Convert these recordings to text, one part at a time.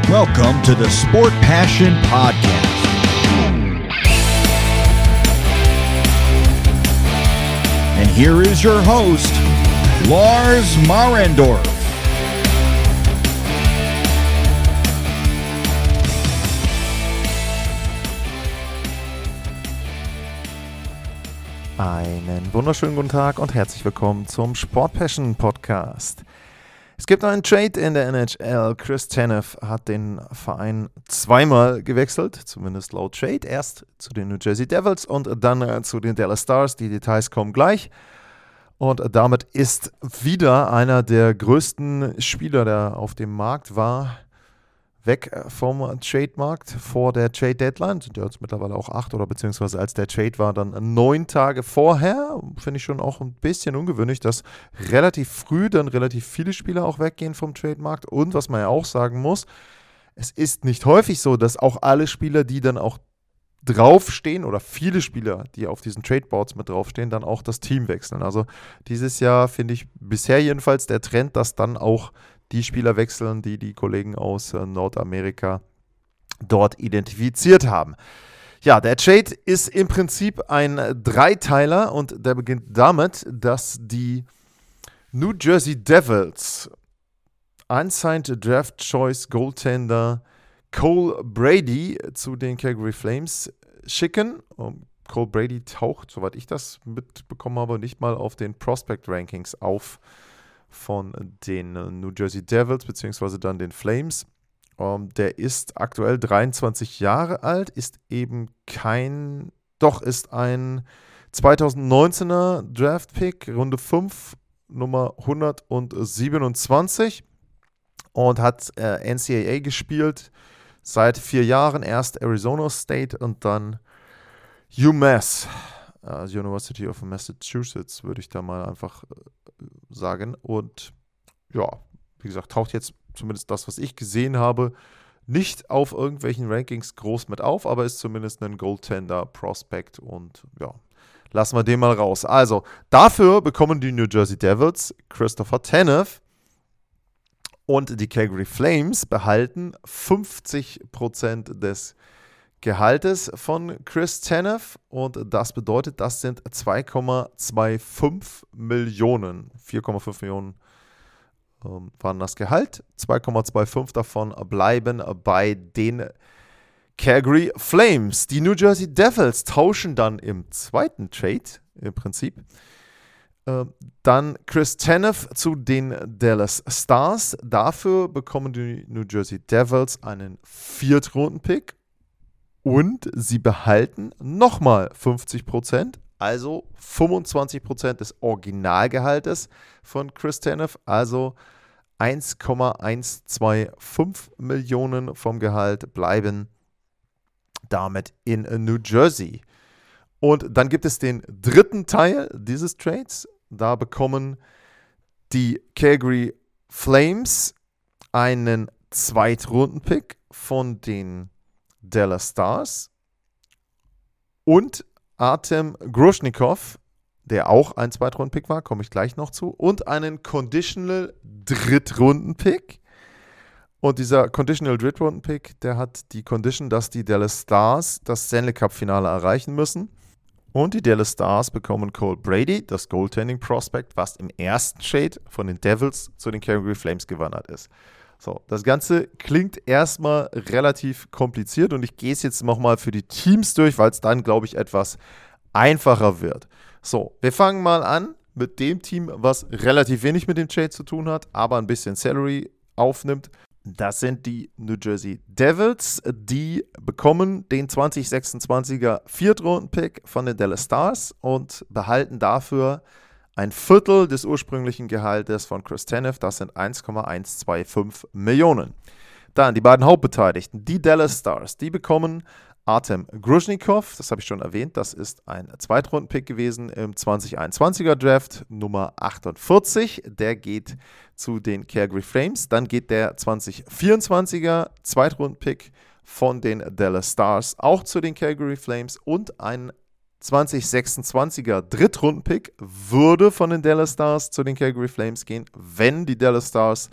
Welcome to the Sport Passion Podcast. And here is your host, Lars Marendorf. Einen wunderschönen guten Tag und herzlich willkommen zum Sport Passion Podcast. Es gibt einen Trade in der NHL. Chris Tanev hat den Verein zweimal gewechselt, zumindest laut Trade. Erst zu den New Jersey Devils und dann zu den Dallas Stars. Die Details kommen gleich. Und damit ist wieder einer der größten Spieler, der auf dem Markt war, weg vom Trade-Markt vor der Trade-Deadline. Sind ja jetzt mittlerweile auch 8 oder beziehungsweise als der Trade war, dann 9 Tage vorher. Finde ich schon auch ein bisschen ungewöhnlich, dass relativ früh dann relativ viele Spieler auch weggehen vom Trade-Markt. Und was man ja auch sagen muss, es ist nicht häufig so, dass auch alle Spieler, die dann auch draufstehen oder viele Spieler, die auf diesen Tradeboards mit draufstehen, dann auch das Team wechseln. Also dieses Jahr finde ich bisher jedenfalls der Trend, dass dann auch die Spieler wechseln, die die Kollegen aus Nordamerika dort identifiziert haben. Ja, der Trade ist im Prinzip ein Dreiteiler und der beginnt damit, dass die New Jersey Devils unsigned Draft Choice Goaltender Cole Brady zu den Calgary Flames schicken. Cole Brady taucht, soweit ich das mitbekommen habe, nicht mal auf den Prospect Rankings auf von den New Jersey Devils beziehungsweise dann den Flames. Der ist aktuell 23 Jahre alt, ist ein 2019er Draft-Pick, Runde 5, Nummer 127 und hat NCAA gespielt seit 4 Jahren, erst Arizona State und dann UMass. University of Massachusetts, würde ich da mal einfach sagen. Und ja, wie gesagt, taucht jetzt zumindest das, was ich gesehen habe, nicht auf irgendwelchen Rankings groß mit auf, aber ist zumindest ein Goaltender-Prospect und ja, lassen wir den mal raus. Also, dafür bekommen die New Jersey Devils Christopher Tanev und die Calgary Flames behalten 50% des Gehaltes von Chris Tanev und das bedeutet, das sind 2,25 Millionen. 4,5 Millionen waren das Gehalt. 2,25 davon bleiben bei den Calgary Flames. Die New Jersey Devils tauschen dann im zweiten Trade im Prinzip dann Chris Tanev zu den Dallas Stars. Dafür bekommen die New Jersey Devils einen Viertrunden-Pick. Und sie behalten nochmal 50%, also 25% des Originalgehaltes von Chris Tanev, also 1,125 Millionen vom Gehalt bleiben damit in New Jersey. Und dann gibt es den dritten Teil dieses Trades. Da bekommen die Calgary Flames einen Zweitrunden-Pick von den Dallas Stars und Artem Grushnikov, der auch ein Zweitrunden-Pick war, komme ich gleich noch zu, und einen Conditional Drittrunden-Pick. Und dieser Conditional Drittrunden-Pick, der hat die Condition, dass die Dallas Stars das Stanley Cup-Finale erreichen müssen. Und die Dallas Stars bekommen Cole Brady, das Goaltending-Prospect, was im ersten Trade von den Devils zu den Calgary Flames gewandert ist. So, das Ganze klingt erstmal relativ kompliziert und ich gehe es jetzt nochmal für die Teams durch, weil es dann, glaube ich, etwas einfacher wird. So, wir fangen mal an mit dem Team, was relativ wenig mit dem Trade zu tun hat, aber ein bisschen Salary aufnimmt. Das sind die New Jersey Devils. Die bekommen den 2026er Viertrunden-Pick von den Dallas Stars und behalten dafür ein Viertel des ursprünglichen Gehaltes von Chris Tanev, das sind 1,125 Millionen. Dann die beiden Hauptbeteiligten, die Dallas Stars, die bekommen Artem Grushnikov, das habe ich schon erwähnt, das ist ein Zweitrunden-Pick gewesen im 2021er Draft, Nummer 48, der geht zu den Calgary Flames. Dann geht der 2024er Zweitrunden-Pick von den Dallas Stars auch zu den Calgary Flames und ein 2026er Drittrunden-Pick würde von den Dallas Stars zu den Calgary Flames gehen, wenn die Dallas Stars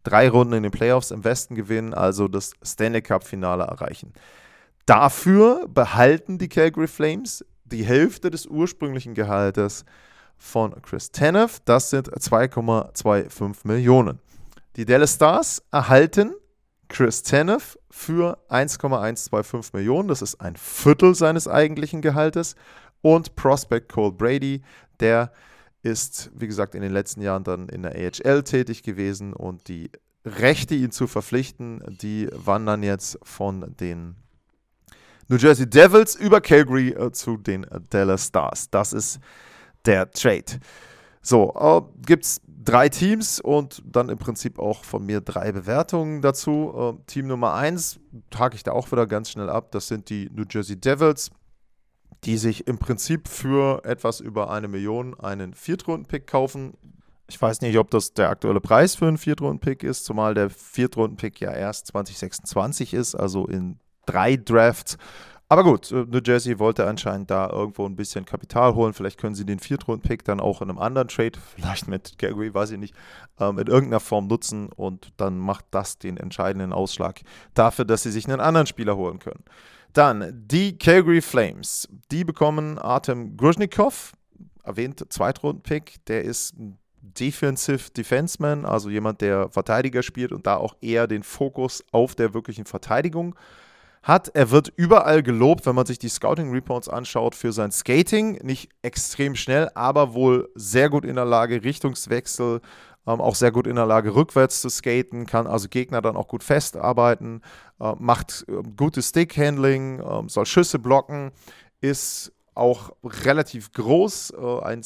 3 Runden in den Playoffs im Westen gewinnen, also das Stanley Cup-Finale erreichen. Dafür behalten die Calgary Flames die Hälfte des ursprünglichen Gehaltes von Chris Tanev. Das sind 2,25 Millionen. Die Dallas Stars erhalten Chris Tanev für 1,125 Millionen. Das ist ein Viertel seines eigentlichen Gehaltes. Und Prospect Cole Brady, der ist, wie gesagt, in den letzten Jahren dann in der AHL tätig gewesen. Und die Rechte, ihn zu verpflichten, die wandern jetzt von den New Jersey Devils über Calgary zu den Dallas Stars. Das ist der Trade. So, gibt es 3 Teams und dann im Prinzip auch von mir 3 Bewertungen dazu. Team Nummer 1 hake ich da auch wieder ganz schnell ab. Das sind die New Jersey Devils, die sich im Prinzip für etwas über 1 Million einen Viertrunden-Pick kaufen. Ich weiß nicht, ob das der aktuelle Preis für einen Viertrunden-Pick ist, zumal der Viertrunden-Pick ja erst 2026 ist, also in 3 Drafts. Aber gut, New Jersey wollte anscheinend da irgendwo ein bisschen Kapital holen. Vielleicht können sie den Viertrunden-Pick dann auch in einem anderen Trade, vielleicht mit Calgary, weiß ich nicht, in irgendeiner Form nutzen und dann macht das den entscheidenden Ausschlag dafür, dass sie sich einen anderen Spieler holen können. Dann die Calgary Flames. Die bekommen Artem Gruzhnikov, erwähnt Zweitrunden-Pick. Der ist ein Defensive Defenseman, also jemand, der Verteidiger spielt und da auch eher den Fokus auf der wirklichen Verteidigung hat. Er wird überall gelobt, wenn man sich die Scouting-Reports anschaut, für sein Skating. Nicht extrem schnell, aber wohl sehr gut in der Lage, Richtungswechsel, auch sehr gut in der Lage, rückwärts zu skaten, kann also Gegner dann auch gut festarbeiten, macht gutes Stick-Handling, soll Schüsse blocken, ist auch relativ groß,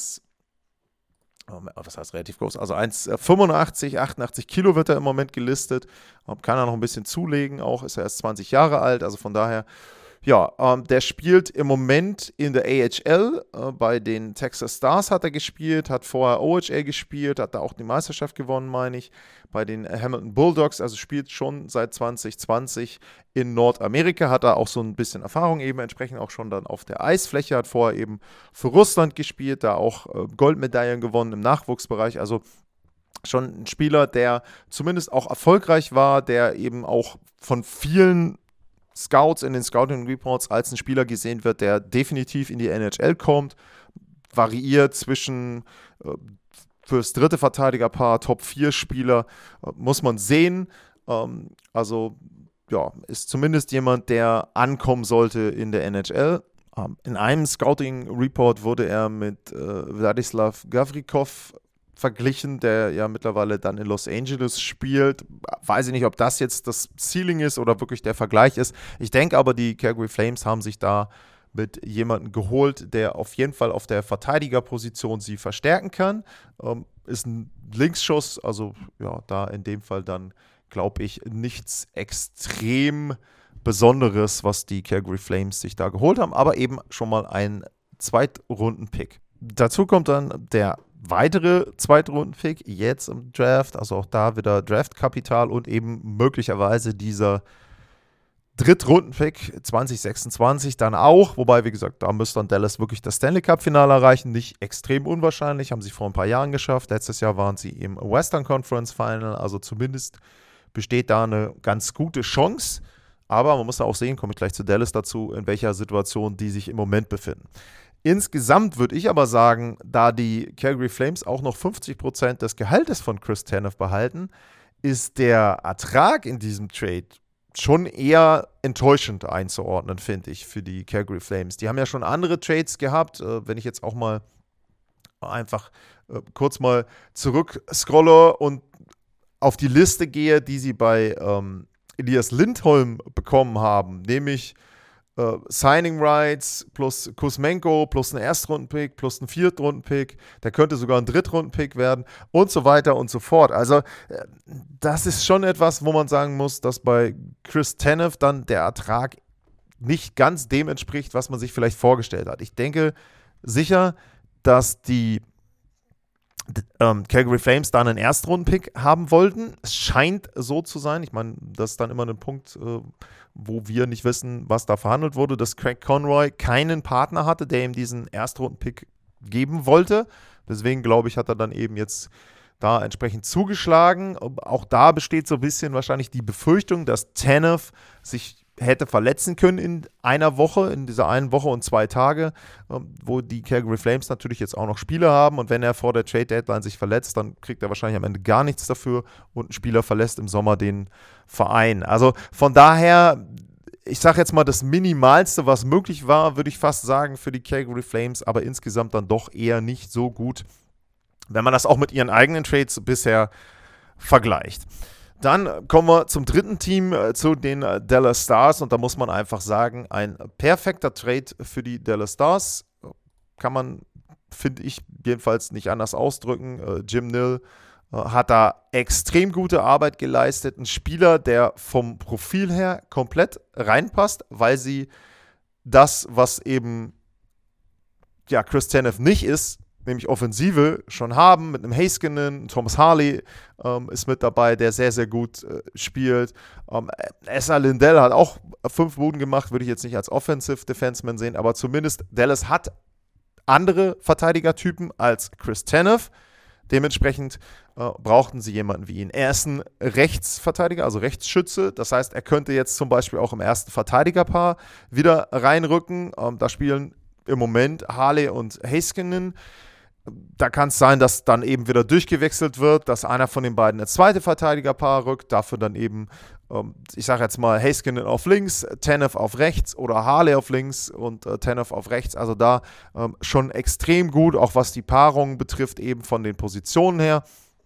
was heißt relativ groß? Also 1,85, 88 Kilo wird er im Moment gelistet. Kann er noch ein bisschen zulegen, auch ist er erst 20 Jahre alt. Also von daher, ja, der spielt im Moment in der AHL. Bei den Texas Stars hat er gespielt, hat vorher OHL gespielt, hat da auch die Meisterschaft gewonnen, meine ich. Bei den Hamilton Bulldogs, also spielt schon seit 2020 in Nordamerika, hat er auch so ein bisschen Erfahrung eben, entsprechend auch schon dann auf der Eisfläche, hat vorher eben für Russland gespielt, da auch Goldmedaillen gewonnen im Nachwuchsbereich, also schon ein Spieler, der zumindest auch erfolgreich war, der eben auch von vielen Scouts in den Scouting Reports als ein Spieler gesehen wird, der definitiv in die NHL kommt, variiert zwischen fürs dritte Verteidigerpaar, Top-4-Spieler, muss man sehen. Also, ja, ist zumindest jemand, der ankommen sollte in der NHL. In einem Scouting-Report wurde er mit Wladislav Gavrikov verglichen, der ja mittlerweile dann in Los Angeles spielt. Weiß ich nicht, ob das jetzt das Ceiling ist oder wirklich der Vergleich ist. Ich denke aber, die Calgary Flames haben sich da mit jemandem geholt, der auf jeden Fall auf der Verteidigerposition sie verstärken kann. Ist ein Linksschuss, also ja, da in dem Fall dann, glaube ich, nichts extrem Besonderes, was die Calgary Flames sich da geholt haben, aber eben schon mal ein Zweitrunden-Pick. Dazu kommt dann der weitere Zweitrunden-Pick jetzt im Draft, also auch da wieder Draftkapital und eben möglicherweise dieser Drittrunden-Pick 2026 dann auch, wobei, wie gesagt, da müsste dann Dallas wirklich das Stanley Cup-Finale erreichen, nicht extrem unwahrscheinlich, haben sie vor ein paar Jahren geschafft, letztes Jahr waren sie im Western Conference Final, also zumindest besteht da eine ganz gute Chance, aber man muss ja auch sehen, komme ich gleich zu Dallas dazu, in welcher Situation die sich im Moment befinden. Insgesamt würde ich aber sagen, da die Calgary Flames auch noch 50% des Gehaltes von Chris Tanev behalten, ist der Ertrag in diesem Trade schon eher enttäuschend einzuordnen, finde ich, für die Calgary Flames. Die haben ja schon andere Trades gehabt. Wenn ich jetzt auch mal einfach kurz mal zurück scrolle und auf die Liste gehe, die sie bei Elias Lindholm bekommen haben, nämlich Signing Rights plus Kuzmenko plus einen Erstrunden-Pick plus einen Viertrunden-Pick, der könnte sogar ein Drittrunden-Pick werden und so weiter und so fort. Also das ist schon etwas, wo man sagen muss, dass bei Chris Tanev dann der Ertrag nicht ganz dem entspricht, was man sich vielleicht vorgestellt hat. Ich denke sicher, dass die Calgary Flames da einen Erstrunden-Pick haben wollten. Es scheint so zu sein. Ich meine, das ist dann immer ein Punkt, wo wir nicht wissen, was da verhandelt wurde, dass Craig Conroy keinen Partner hatte, der ihm diesen Erstrunden-Pick geben wollte. Deswegen, glaube ich, hat er dann eben jetzt da entsprechend zugeschlagen. Auch da besteht so ein bisschen wahrscheinlich die Befürchtung, dass Tanev sich hätte verletzen können in einer Woche, in dieser einen Woche und 2 Tage, wo die Calgary Flames natürlich jetzt auch noch Spieler haben, und wenn er vor der Trade-Deadline sich verletzt, dann kriegt er wahrscheinlich am Ende gar nichts dafür und ein Spieler verlässt im Sommer den Verein. Also von daher, ich sage jetzt mal, das Minimalste, was möglich war, würde ich fast sagen, für die Calgary Flames, aber insgesamt dann doch eher nicht so gut, wenn man das auch mit ihren eigenen Trades bisher vergleicht. Dann kommen wir zum dritten Team, zu den Dallas Stars, und da muss man einfach sagen, ein perfekter Trade für die Dallas Stars. Kann man, finde ich, jedenfalls nicht anders ausdrücken. Jim Nill hat da extrem gute Arbeit geleistet. Ein Spieler, der vom Profil her komplett reinpasst, weil sie das, was eben Chris Tanev nicht ist, nämlich Offensive, schon haben, mit einem Heiskanen. Thomas Harley ist mit dabei, der sehr, sehr gut spielt. Esa Lindell hat auch 5 Buden gemacht, würde ich jetzt nicht als Offensive Defenseman sehen, aber zumindest Dallas hat andere Verteidigertypen als Chris Tanev. Dementsprechend brauchten sie jemanden wie ihn. Er ist ein Rechtsverteidiger, also Rechtsschütze. Das heißt, er könnte jetzt zum Beispiel auch im ersten Verteidigerpaar wieder reinrücken. Da spielen im Moment Harley und Heiskanen. Da kann es sein, dass dann eben wieder durchgewechselt wird, dass einer von den beiden ins zweite Verteidigerpaar rückt, dafür dann eben, ich sage jetzt mal, Heiskanen auf links, Tanev auf rechts oder Harley auf links und Tanev auf rechts. Also da schon extrem gut, auch was die Paarung betrifft, eben von den Positionen her.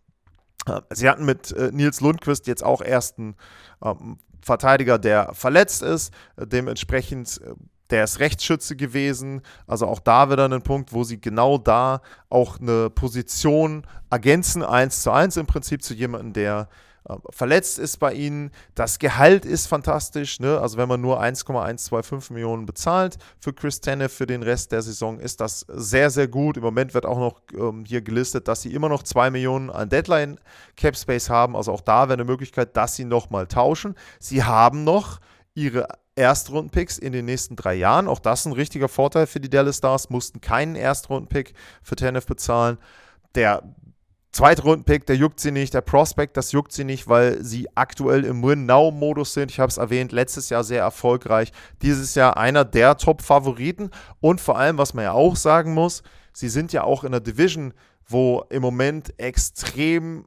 Sie hatten mit Nils Lundqvist jetzt auch ersten Verteidiger, der verletzt ist, dementsprechend der ist Rechtsschütze gewesen, also auch da wieder ein Punkt, wo sie genau da auch eine Position ergänzen, 1:1 im Prinzip zu jemandem, der verletzt ist bei ihnen. Das Gehalt ist fantastisch, ne? Also wenn man nur 1,125 Millionen bezahlt für Chris Tanev für den Rest der Saison, ist das sehr, sehr gut. Im Moment wird auch noch hier gelistet, dass sie immer noch 2 Millionen an Deadline Cap Space haben, also auch da wäre eine Möglichkeit, dass sie nochmal tauschen. Sie haben noch ihre Erstrundenpicks in den nächsten 3 Jahren. Auch das ist ein richtiger Vorteil für die Dallas Stars, mussten keinen Erstrundenpick für Tanev bezahlen. Der Zweitrundenpick, der juckt sie nicht. Der Prospect, das juckt sie nicht, weil sie aktuell im Win-Now-Modus sind. Ich habe es erwähnt, letztes Jahr sehr erfolgreich. Dieses Jahr einer der Top-Favoriten. Und vor allem, was man ja auch sagen muss, sie sind ja auch in einer Division, wo im Moment extrem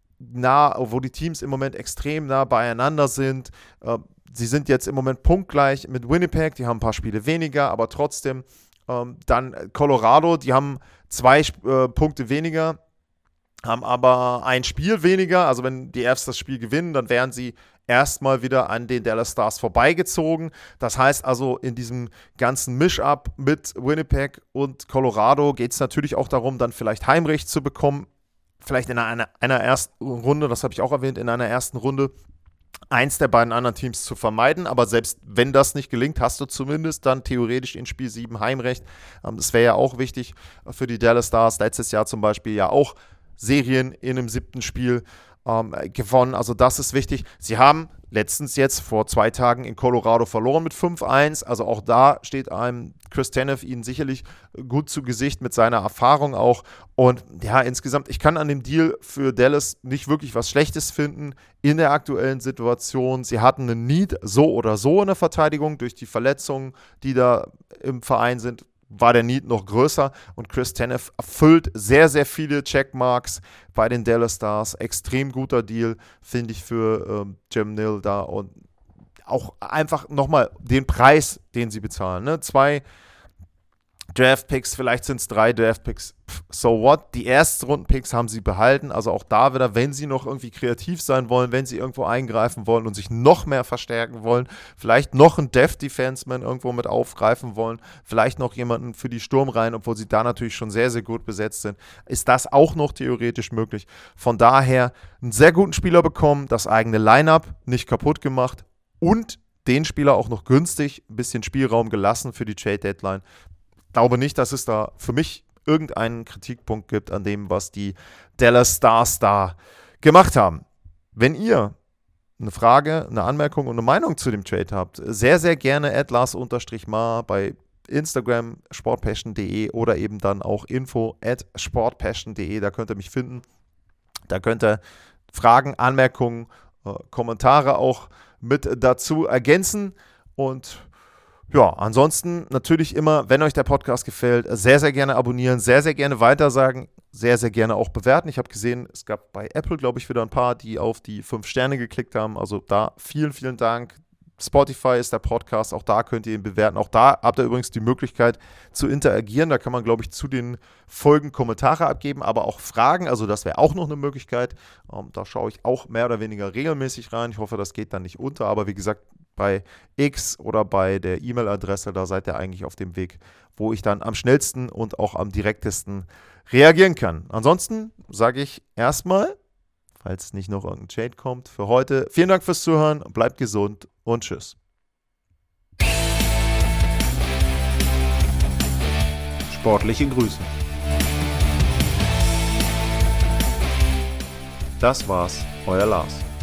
nah, wo die Teams im Moment extrem nah beieinander sind. Sie sind jetzt im Moment punktgleich mit Winnipeg, die haben ein paar Spiele weniger, aber trotzdem. Dann Colorado, die haben 2 Punkte weniger, haben aber ein Spiel weniger. Also wenn die Avs das Spiel gewinnen, dann wären sie erstmal wieder an den Dallas Stars vorbeigezogen. Das heißt also, in diesem ganzen Misch-Up mit Winnipeg und Colorado geht es natürlich auch darum, dann vielleicht Heimrecht zu bekommen. Vielleicht in einer ersten Runde, das habe ich auch erwähnt, in einer ersten Runde eins der beiden anderen Teams zu vermeiden, aber selbst wenn das nicht gelingt, hast du zumindest dann theoretisch in Spiel 7 Heimrecht. Das wäre ja auch wichtig für die Dallas Stars. Letztes Jahr zum Beispiel ja auch Serien in einem 7. Spiel gewonnen, also das ist wichtig. Sie haben letztens jetzt vor 2 Tagen in Colorado verloren mit 5:1, also auch da steht einem Chris Tanev ihnen sicherlich gut zu Gesicht mit seiner Erfahrung auch, und ja, insgesamt, ich kann an dem Deal für Dallas nicht wirklich was Schlechtes finden in der aktuellen Situation. Sie hatten einen Need so oder so in der Verteidigung durch die Verletzungen, die da im Verein sind, war der Need noch größer, und Chris Tanev erfüllt sehr, sehr viele Checkmarks bei den Dallas Stars. Extrem guter Deal, finde ich, für Jim Nill da, und auch einfach nochmal den Preis, den sie bezahlen. Ne? 2 Draft-Picks, vielleicht sind es 3 Draft-Picks, so what? Die Erstrunden-Picks haben sie behalten, also auch da wieder, wenn sie noch irgendwie kreativ sein wollen, wenn sie irgendwo eingreifen wollen und sich noch mehr verstärken wollen, vielleicht noch einen Depth-Defenseman irgendwo mit aufgreifen wollen, vielleicht noch jemanden für die Sturmreihen, obwohl sie da natürlich schon sehr, sehr gut besetzt sind, ist das auch noch theoretisch möglich. Von daher einen sehr guten Spieler bekommen, das eigene Line-Up nicht kaputt gemacht und den Spieler auch noch günstig, ein bisschen Spielraum gelassen für die Trade-Deadline. Ich glaube nicht, dass es da für mich irgendeinen Kritikpunkt gibt an dem, was die Dallas Stars da gemacht haben. Wenn ihr eine Frage, eine Anmerkung und eine Meinung zu dem Trade habt, sehr, sehr gerne @Lars_Mar bei Instagram sportpassion.de oder eben dann auch info@sportpassion.de, da könnt ihr mich finden. Da könnt ihr Fragen, Anmerkungen, Kommentare auch mit dazu ergänzen. Und ja, ansonsten natürlich immer, wenn euch der Podcast gefällt, sehr, sehr gerne abonnieren, sehr, sehr gerne weitersagen, sehr, sehr gerne auch bewerten. Ich habe gesehen, es gab bei Apple, glaube ich, wieder ein paar, die auf die 5 Sterne geklickt haben. Also da vielen, vielen Dank. Spotify ist der Podcast, auch da könnt ihr ihn bewerten. Auch da habt ihr übrigens die Möglichkeit zu interagieren. Da kann man, glaube ich, zu den Folgen Kommentare abgeben, aber auch Fragen. Also das wäre auch noch eine Möglichkeit. Da schaue ich auch mehr oder weniger regelmäßig rein. Ich hoffe, das geht dann nicht unter. Aber wie gesagt, bei X oder bei der E-Mail-Adresse, da seid ihr eigentlich auf dem Weg, wo ich dann am schnellsten und auch am direktesten reagieren kann. Ansonsten sage ich erstmal, falls nicht noch irgendein Shade kommt, für heute vielen Dank fürs Zuhören, bleibt gesund und tschüss. Sportliche Grüße. Das war's, euer Lars.